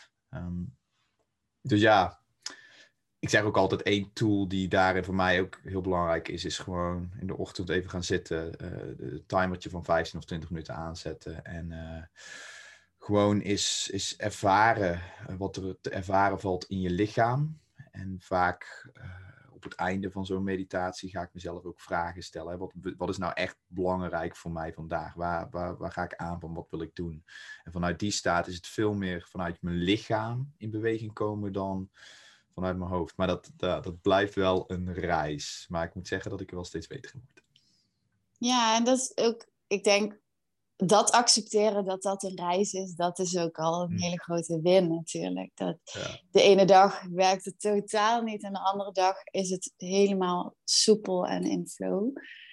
Dus ja, ik zeg ook altijd één tool die daarin voor mij ook heel belangrijk is gewoon in de ochtend even gaan zitten. Het timertje van 15 of 20 minuten aanzetten. En gewoon is ervaren wat er te ervaren valt in je lichaam. En vaak op het einde van zo'n meditatie ga ik mezelf ook vragen stellen. Wat is nou echt belangrijk voor mij vandaag? Waar ga ik aan van? Wat wil ik doen? En vanuit die staat is het veel meer vanuit mijn lichaam in beweging komen dan vanuit mijn hoofd. Maar dat blijft wel een reis. Maar ik moet zeggen dat ik er wel steeds beter in word. Ja, en dat is ook, ik denk, dat accepteren dat dat een reis is, dat is ook al een hele grote win natuurlijk. De ene dag werkt het totaal niet en de andere dag is het helemaal soepel en in flow.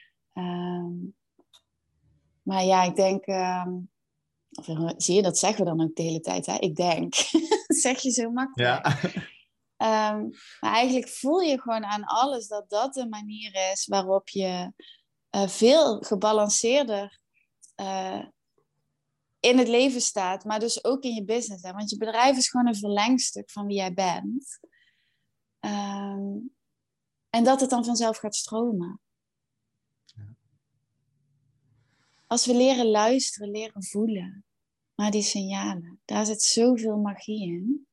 Maar ja, ik denk, zie je, dat zeggen we dan ook de hele tijd, hè? Ik denk. Dat zeg je zo makkelijk. Ja. Maar eigenlijk voel je gewoon aan alles dat de manier is waarop je veel gebalanceerder in het leven staat, maar dus ook in je business. Hè? Want je bedrijf is gewoon een verlengstuk van wie jij bent. En dat het dan vanzelf gaat stromen. Ja. Als we leren luisteren, leren voelen naar die signalen, daar zit zoveel magie in.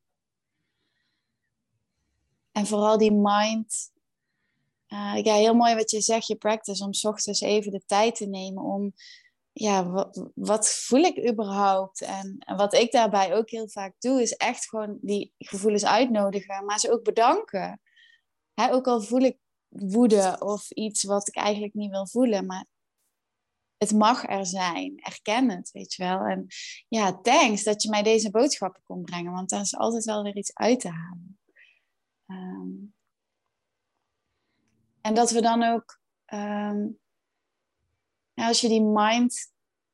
En vooral die mind. Heel mooi wat je zegt, je practice, om 's ochtends even de tijd te nemen om, wat voel ik überhaupt? En wat ik daarbij ook heel vaak doe, is echt gewoon die gevoelens uitnodigen, maar ze ook bedanken. Ook al voel ik woede of iets wat ik eigenlijk niet wil voelen, maar het mag er zijn. Erken het, weet je wel. En ja, thanks dat je mij deze boodschappen kon brengen, want daar is altijd wel weer iets uit te halen. En dat we dan ook, als je die mind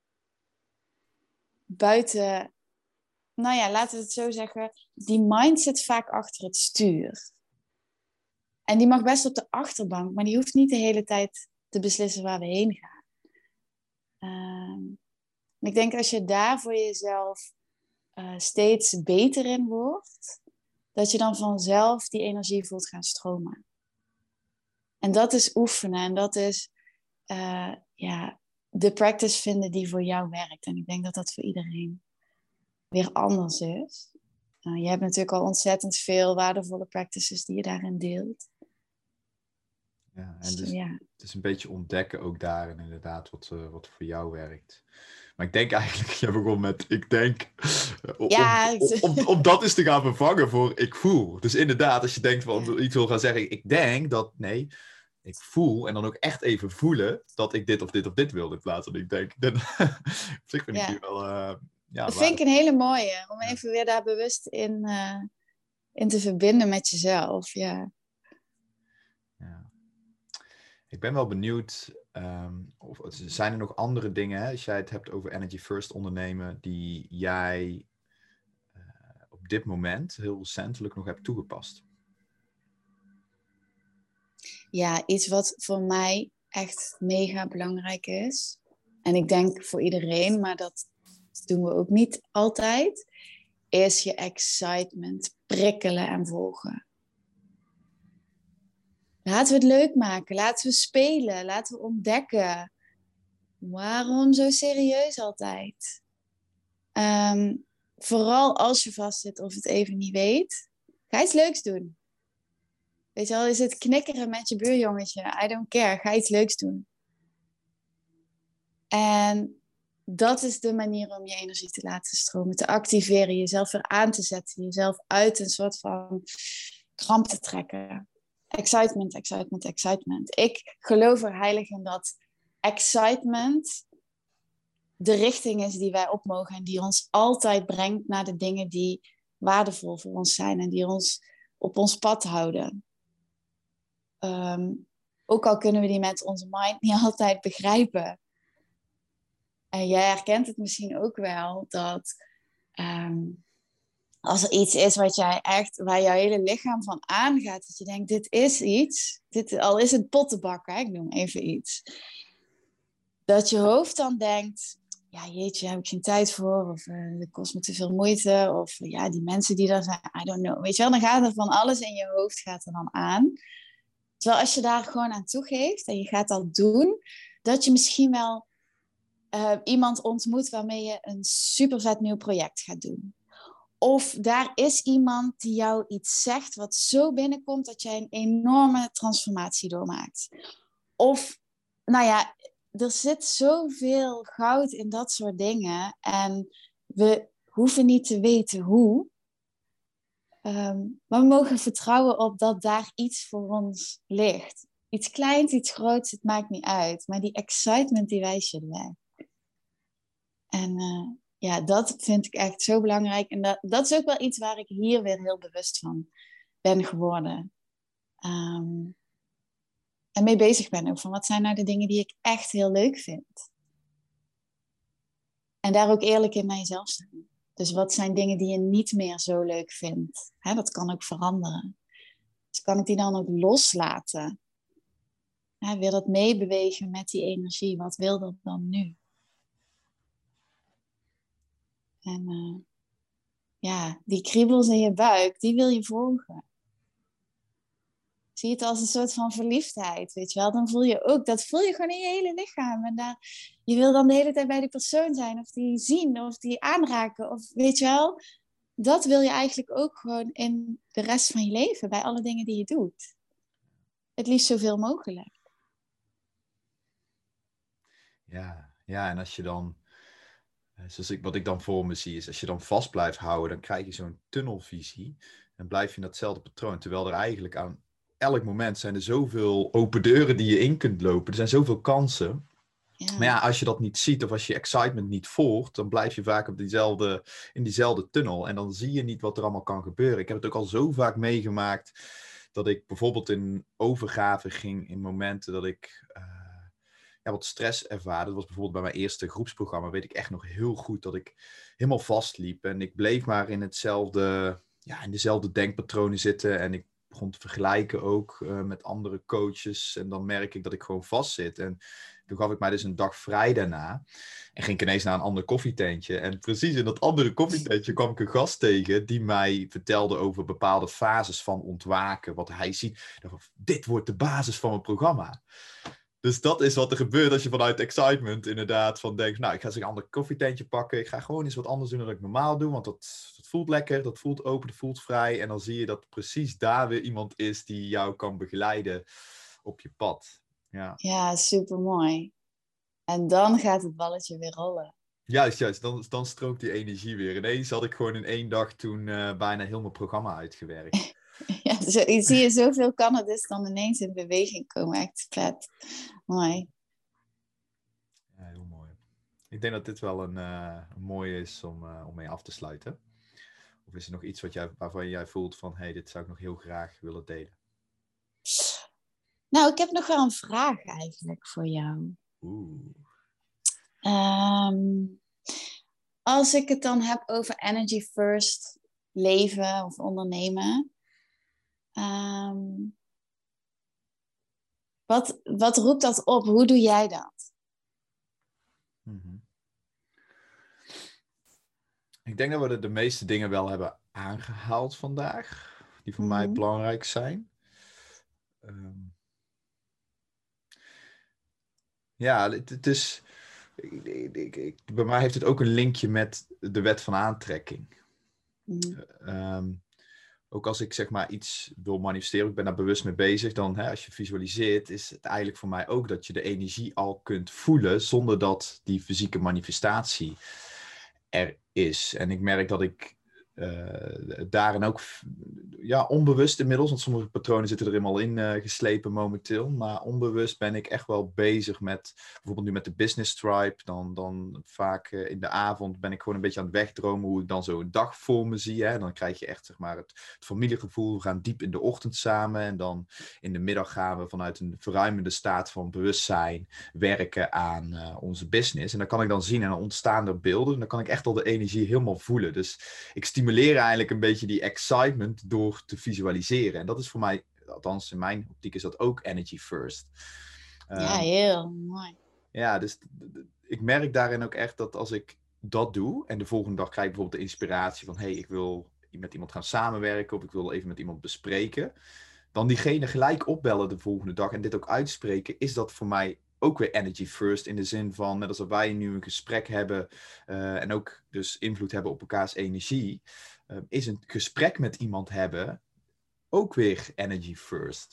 buiten, laten we het zo zeggen, die mind zit vaak achter het stuur. En die mag best op de achterbank, maar die hoeft niet de hele tijd te beslissen waar we heen gaan. En ik denk als je daar voor jezelf steeds beter in wordt, dat je dan vanzelf die energie voelt gaan stromen. En dat is oefenen en dat is de practice vinden die voor jou werkt. En ik denk dat dat voor iedereen weer anders is. Je hebt natuurlijk al ontzettend veel waardevolle practices die je daarin deelt. Ja, en dus, het is een beetje ontdekken ook daarin inderdaad wat voor jou werkt. Maar ik denk eigenlijk, jij begon met ik denk, om dat eens te gaan vervangen voor ik voel. Dus inderdaad, als je denkt van iets wil gaan zeggen, ik denk dat, nee, ik voel en dan ook echt even voelen dat ik dit of dit of dit wil in plaats van ik denk. Op zich vind ik die wel... dat vind ik een hele mooie, om even weer daar bewust in te verbinden met jezelf. Ja. Ik ben wel benieuwd, of zijn er nog andere dingen, hè, als jij het hebt over Energy First ondernemen, die jij op dit moment heel recentelijk nog hebt toegepast? Ja, iets wat voor mij echt mega belangrijk is. En ik denk voor iedereen, maar dat doen we ook niet altijd, is je excitement prikkelen en volgen. Laten we het leuk maken, laten we spelen, laten we ontdekken. Waarom zo serieus altijd? Vooral als je vastzit of het even niet weet, ga iets leuks doen. Weet je wel, is het knikkeren met je buurjongetje? I don't care, ga iets leuks doen. En dat is de manier om je energie te laten stromen, te activeren, jezelf weer aan te zetten, jezelf uit een soort van kramp te trekken. Excitement, excitement, excitement. Ik geloof er heilig in dat excitement de richting is die wij op mogen en die ons altijd brengt naar de dingen die waardevol voor ons zijn en die ons op ons pad houden. Ook al kunnen we die met onze mind niet altijd begrijpen. En jij herkent het misschien ook wel, dat als er iets is wat jij echt, waar jouw hele lichaam van aangaat, dat je denkt, dit is iets, al is het pottenbak, hè, ik noem even iets. Dat je hoofd dan denkt, ja jeetje, daar heb ik geen tijd voor, of het kost me te veel moeite, of ja, die mensen die daar zijn, I don't know. Weet je wel, dan gaat er van alles in je hoofd gaat er dan aan. Terwijl als je daar gewoon aan toegeeft en je gaat dat doen, dat je misschien wel iemand ontmoet waarmee je een super vet nieuw project gaat doen. Of daar is iemand die jou iets zegt wat zo binnenkomt dat jij een enorme transformatie doormaakt. Of, nou ja, er zit zoveel goud in dat soort dingen. En we hoeven niet te weten hoe. Maar we mogen vertrouwen op dat daar iets voor ons ligt. Iets kleins, iets groots, het maakt niet uit. Maar die excitement, die wijs je de weg. En dat vind ik echt zo belangrijk. En dat is ook wel iets waar ik hier weer heel bewust van ben geworden. En mee bezig ben ook van wat zijn nou de dingen die ik echt heel leuk vind. En daar ook eerlijk in naar jezelf staan. Dus wat zijn dingen die je niet meer zo leuk vindt? Hè, dat kan ook veranderen. Dus kan ik die dan ook loslaten? Weer dat meebewegen met die energie. Wat wil dat dan nu? En die kriebels in je buik, die wil je volgen. Zie het als een soort van verliefdheid, weet je wel. Dan voel je ook, dat voel je gewoon in je hele lichaam. En je wil dan de hele tijd bij die persoon zijn, of die zien, of die aanraken, of weet je wel. Dat wil je eigenlijk ook gewoon in de rest van je leven, bij alle dingen die je doet. Het liefst zoveel mogelijk. Ja, en als je dan, wat ik dan voor me zie, is als je dan vast blijft houden, dan krijg je zo'n tunnelvisie. En blijf je in datzelfde patroon, terwijl er eigenlijk aan elk moment zijn er zoveel open deuren die je in kunt lopen. Er zijn zoveel kansen. Ja. Maar ja, als je dat niet ziet of als je excitement niet volgt, dan blijf je vaak in diezelfde tunnel. En dan zie je niet wat er allemaal kan gebeuren. Ik heb het ook al zo vaak meegemaakt dat ik bijvoorbeeld in overgave ging in momenten dat ik wat stress ervaarde. Dat was bijvoorbeeld bij mijn eerste groepsprogramma. Weet ik echt nog heel goed dat ik helemaal vastliep. En ik bleef maar in dezelfde denkpatronen zitten. En ik begon te vergelijken ook met andere coaches. En dan merk ik dat ik gewoon vastzit. En toen gaf ik mij dus een dag vrij daarna. En ging ik ineens naar een ander koffietentje. En precies in dat andere koffietentje kwam ik een gast tegen die mij vertelde over bepaalde fases van ontwaken. Wat hij ziet. Ik dacht, dit wordt de basis van mijn programma. Dus dat is wat er gebeurt als je vanuit excitement inderdaad van denkt, nou, ik ga eens een ander koffietentje pakken. Ik ga gewoon eens wat anders doen dan ik normaal doe. Want dat voelt lekker, dat voelt open, dat voelt vrij. En dan zie je dat precies daar weer iemand is die jou kan begeleiden op je pad. Ja, Ja, super mooi. En dan gaat het balletje weer rollen. juist. Dan stroomt die energie weer. Ineens had ik gewoon in 1 dag toen bijna heel mijn programma uitgewerkt. Ja, zie je, zoveel kan het dus dan ineens in beweging komen. Echt vet. Mooi. Ja, heel mooi. Ik denk dat dit wel een mooie is om mee af te sluiten. Of is er nog iets waarvan jij voelt van, hey, dit zou ik nog heel graag willen delen? Nou, ik heb nog wel een vraag eigenlijk voor jou. Als ik het dan heb over energy first leven of ondernemen. Wat roept dat op? Hoe doe jij dat? Mm-hmm. Ik denk dat we de meeste dingen wel hebben aangehaald vandaag. Die voor mij belangrijk zijn. Ja, het is... bij mij heeft het ook een linkje met de wet van aantrekking. Ook als ik zeg maar iets wil manifesteren, ik ben daar bewust mee bezig, dan als je visualiseert, is het eigenlijk voor mij ook dat je de energie al kunt voelen zonder dat die fysieke manifestatie er is. En ik merk dat ik daarin ook onbewust inmiddels, want sommige patronen zitten er helemaal in geslepen momenteel, maar onbewust ben ik echt wel bezig met, bijvoorbeeld nu met de Business Tribe, dan vaak in de avond ben ik gewoon een beetje aan het wegdromen hoe ik dan zo een dag voor me zie. Hè? Dan krijg je echt zeg maar het familiegevoel, we gaan diep in de ochtend samen en dan in de middag gaan we vanuit een verruimende staat van bewustzijn werken aan onze business. En dat kan ik dan zien en dan ontstaan er beelden en dan kan ik echt al de energie helemaal voelen. Dus ik stimuleer eigenlijk een beetje die excitement door te visualiseren. En dat is voor mij, althans in mijn optiek, is dat ook energy first. Ja, heel mooi. Ja, dus ik merk daarin ook echt dat als ik dat doe en de volgende dag krijg ik bijvoorbeeld de inspiratie van hey, ik wil met iemand gaan samenwerken of ik wil even met iemand bespreken, dan diegene gelijk opbellen de volgende dag en dit ook uitspreken, is dat voor mij ook weer energy first in de zin van, net als dat wij nu een gesprek hebben en ook dus invloed hebben op elkaars energie, is een gesprek met iemand hebben ook weer energy first.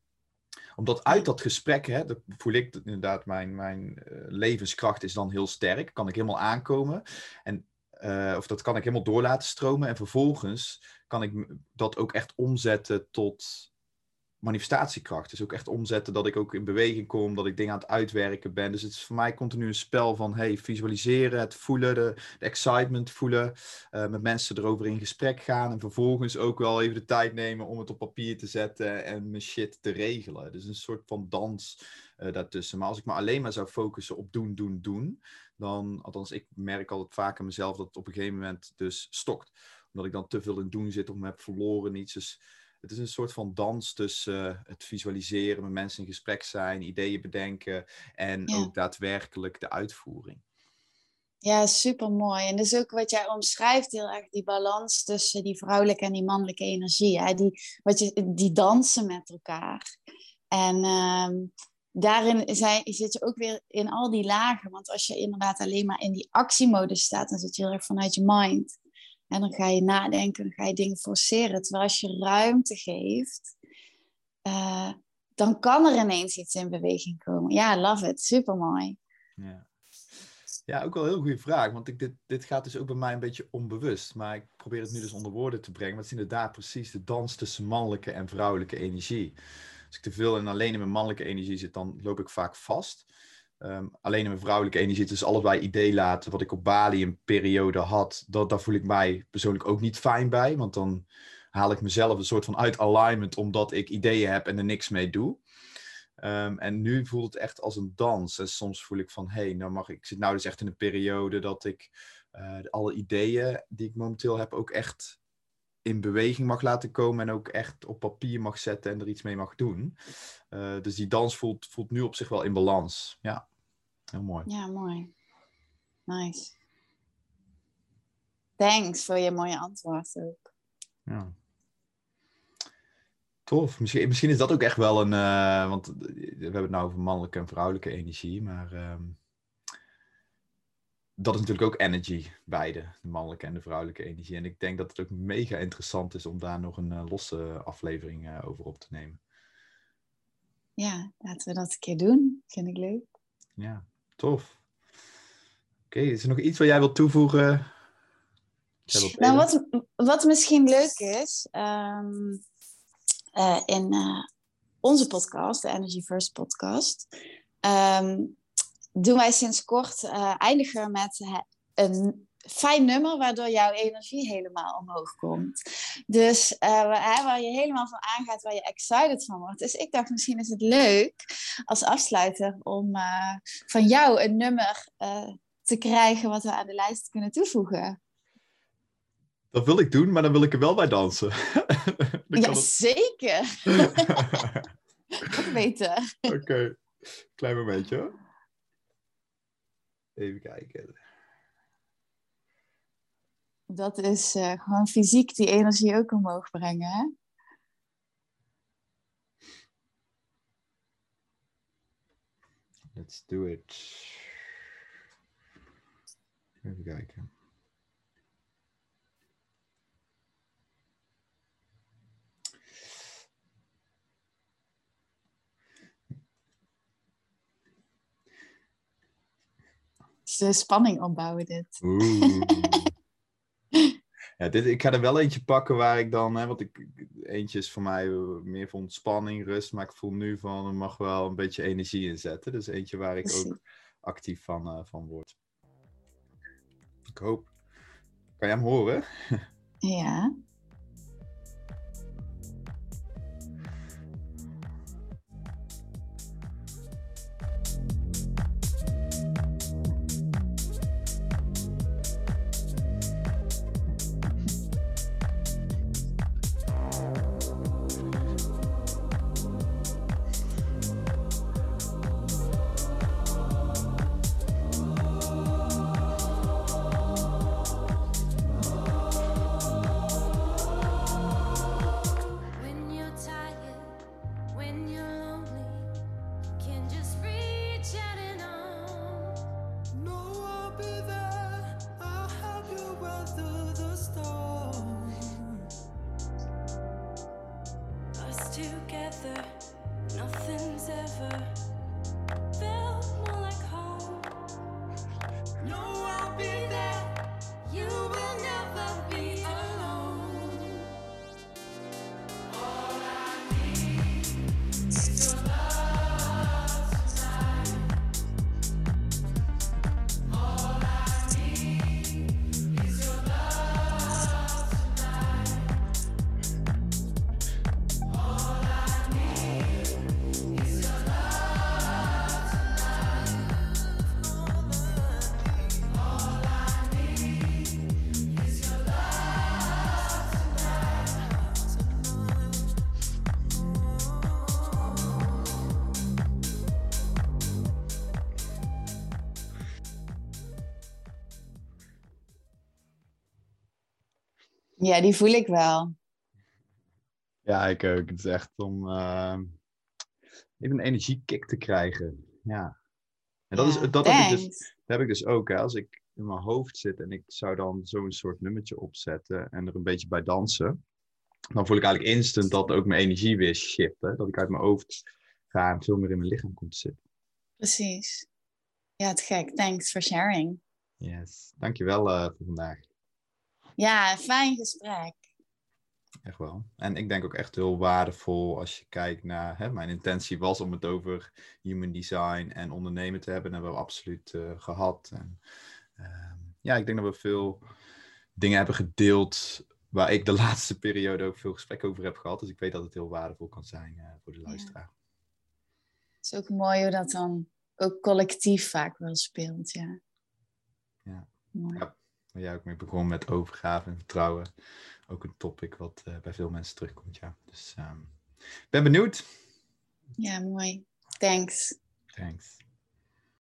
Omdat uit dat gesprek, dat voel ik inderdaad, mijn levenskracht is dan heel sterk, kan ik helemaal aankomen en of dat kan ik helemaal door laten stromen en vervolgens kan ik dat ook echt omzetten tot manifestatiekracht. Dus ook echt omzetten dat ik ook in beweging kom, dat ik dingen aan het uitwerken ben. Dus het is voor mij continu een spel van visualiseren, het voelen, de excitement voelen, met mensen erover in gesprek gaan en vervolgens ook wel even de tijd nemen om het op papier te zetten en mijn shit te regelen. Dus een soort van dans daartussen. Maar als ik me alleen maar zou focussen op doen, dan, althans ik merk altijd vaak aan mezelf dat het op een gegeven moment dus stokt. Omdat ik dan te veel in doen zit of me heb verloren iets. Dus het is een soort van dans tussen het visualiseren, met mensen in gesprek zijn, ideeën bedenken en ook daadwerkelijk de uitvoering. Ja, super mooi. En dus ook wat jij omschrijft heel erg die balans tussen die vrouwelijke en die mannelijke energie. Hè? Die dansen met elkaar. En daarin zit je ook weer in al die lagen. Want als je inderdaad alleen maar in die actiemodus staat, dan zit je heel erg vanuit je mind. En dan ga je nadenken, dan ga je dingen forceren. Terwijl als je ruimte geeft, dan kan er ineens iets in beweging komen. Ja, love it. Supermooi. Ja, ook wel een heel goede vraag. Want dit gaat dus ook bij mij een beetje onbewust. Maar ik probeer het nu dus onder woorden te brengen. Maar het is inderdaad precies de dans tussen mannelijke en vrouwelijke energie. Als ik te veel en alleen in mijn mannelijke energie zit, dan loop ik vaak vast. Alleen in mijn vrouwelijke energie, dus allebei idee laten, wat ik op Bali een periode had, daar voel ik mij persoonlijk ook niet fijn bij. Want dan haal ik mezelf een soort van uit alignment, omdat ik ideeën heb en er niks mee doe. En nu voelt het echt als een dans. En soms voel ik van, ik zit nou dus echt in een periode dat ik alle ideeën die ik momenteel heb ook echt in beweging mag laten komen en ook echt op papier mag zetten en er iets mee mag doen. Dus die dans voelt nu op zich wel in balans. Ja. Heel mooi. Ja, mooi. Nice. Thanks voor je mooie antwoord ook. Ja. Tof. Misschien is dat ook echt wel een... want we hebben het nou over mannelijke en vrouwelijke energie, maar dat is natuurlijk ook energy, beide. De mannelijke en de vrouwelijke energie. En ik denk dat het ook mega interessant is om daar nog een losse aflevering over op te nemen. Ja, laten we dat een keer doen. Vind ik leuk. Ja, tof. Oké, is er nog iets wat jij wilt toevoegen? Nou, wat misschien leuk is, in onze podcast, de Energy First podcast, doen wij sinds kort eindigen met een fijn nummer waardoor jouw energie helemaal omhoog komt. Dus waar je helemaal van aangaat, waar je excited van wordt. Dus ik dacht, misschien is het leuk als afsluiter om van jou een nummer te krijgen wat we aan de lijst kunnen toevoegen. Dat wil ik doen, maar dan wil ik er wel bij dansen. Ja, zeker. Wat beter. Oké, klein momentje hoor. Even kijken. Dat is gewoon fysiek die energie ook omhoog brengen, hè? Let's do it. Even kijken. De spanning opbouwen dit. Oeh. Ja, ik ga er wel eentje pakken waar ik dan... want eentje is voor mij meer voor ontspanning, rust. Maar ik voel nu van, er mag wel een beetje energie in zetten. Dus eentje waar ik ook actief van word. Ik hoop. Kan jij hem horen? Ja. Together, nothing's ever felt more like home. No, I'll be there. You will never be alone. All I need is your love tonight. All I need is your love tonight. Ja, die voel ik wel. Ja, ik ook. Het is echt om even een energiekick te krijgen. Ja. En dat heb ik dus ook. Hè. Als ik in mijn hoofd zit en ik zou dan zo'n soort nummertje opzetten en er een beetje bij dansen, dan voel ik eigenlijk instant dat ook mijn energie weer shift. Hè. Dat ik uit mijn hoofd ga en veel meer in mijn lichaam kom te zitten. Precies. Ja, het gek. Thanks for sharing. Yes. Dankjewel voor vandaag. Ja, fijn gesprek. Echt wel. En ik denk ook echt heel waardevol als je kijkt naar... mijn intentie was om het over human design en ondernemen te hebben. En dat hebben we absoluut gehad. En, ik denk dat we veel dingen hebben gedeeld waar ik de laatste periode ook veel gesprek over heb gehad. Dus ik weet dat het heel waardevol kan zijn voor de luisteraar. Ja. Het is ook mooi hoe dat dan ook collectief vaak wel speelt, ja. Ja. Mooi. Ja. Waar jij ook mee begon met overgave en vertrouwen. Ook een topic wat bij veel mensen terugkomt, ja. Dus ben benieuwd. Ja, mooi. Thanks. Thanks.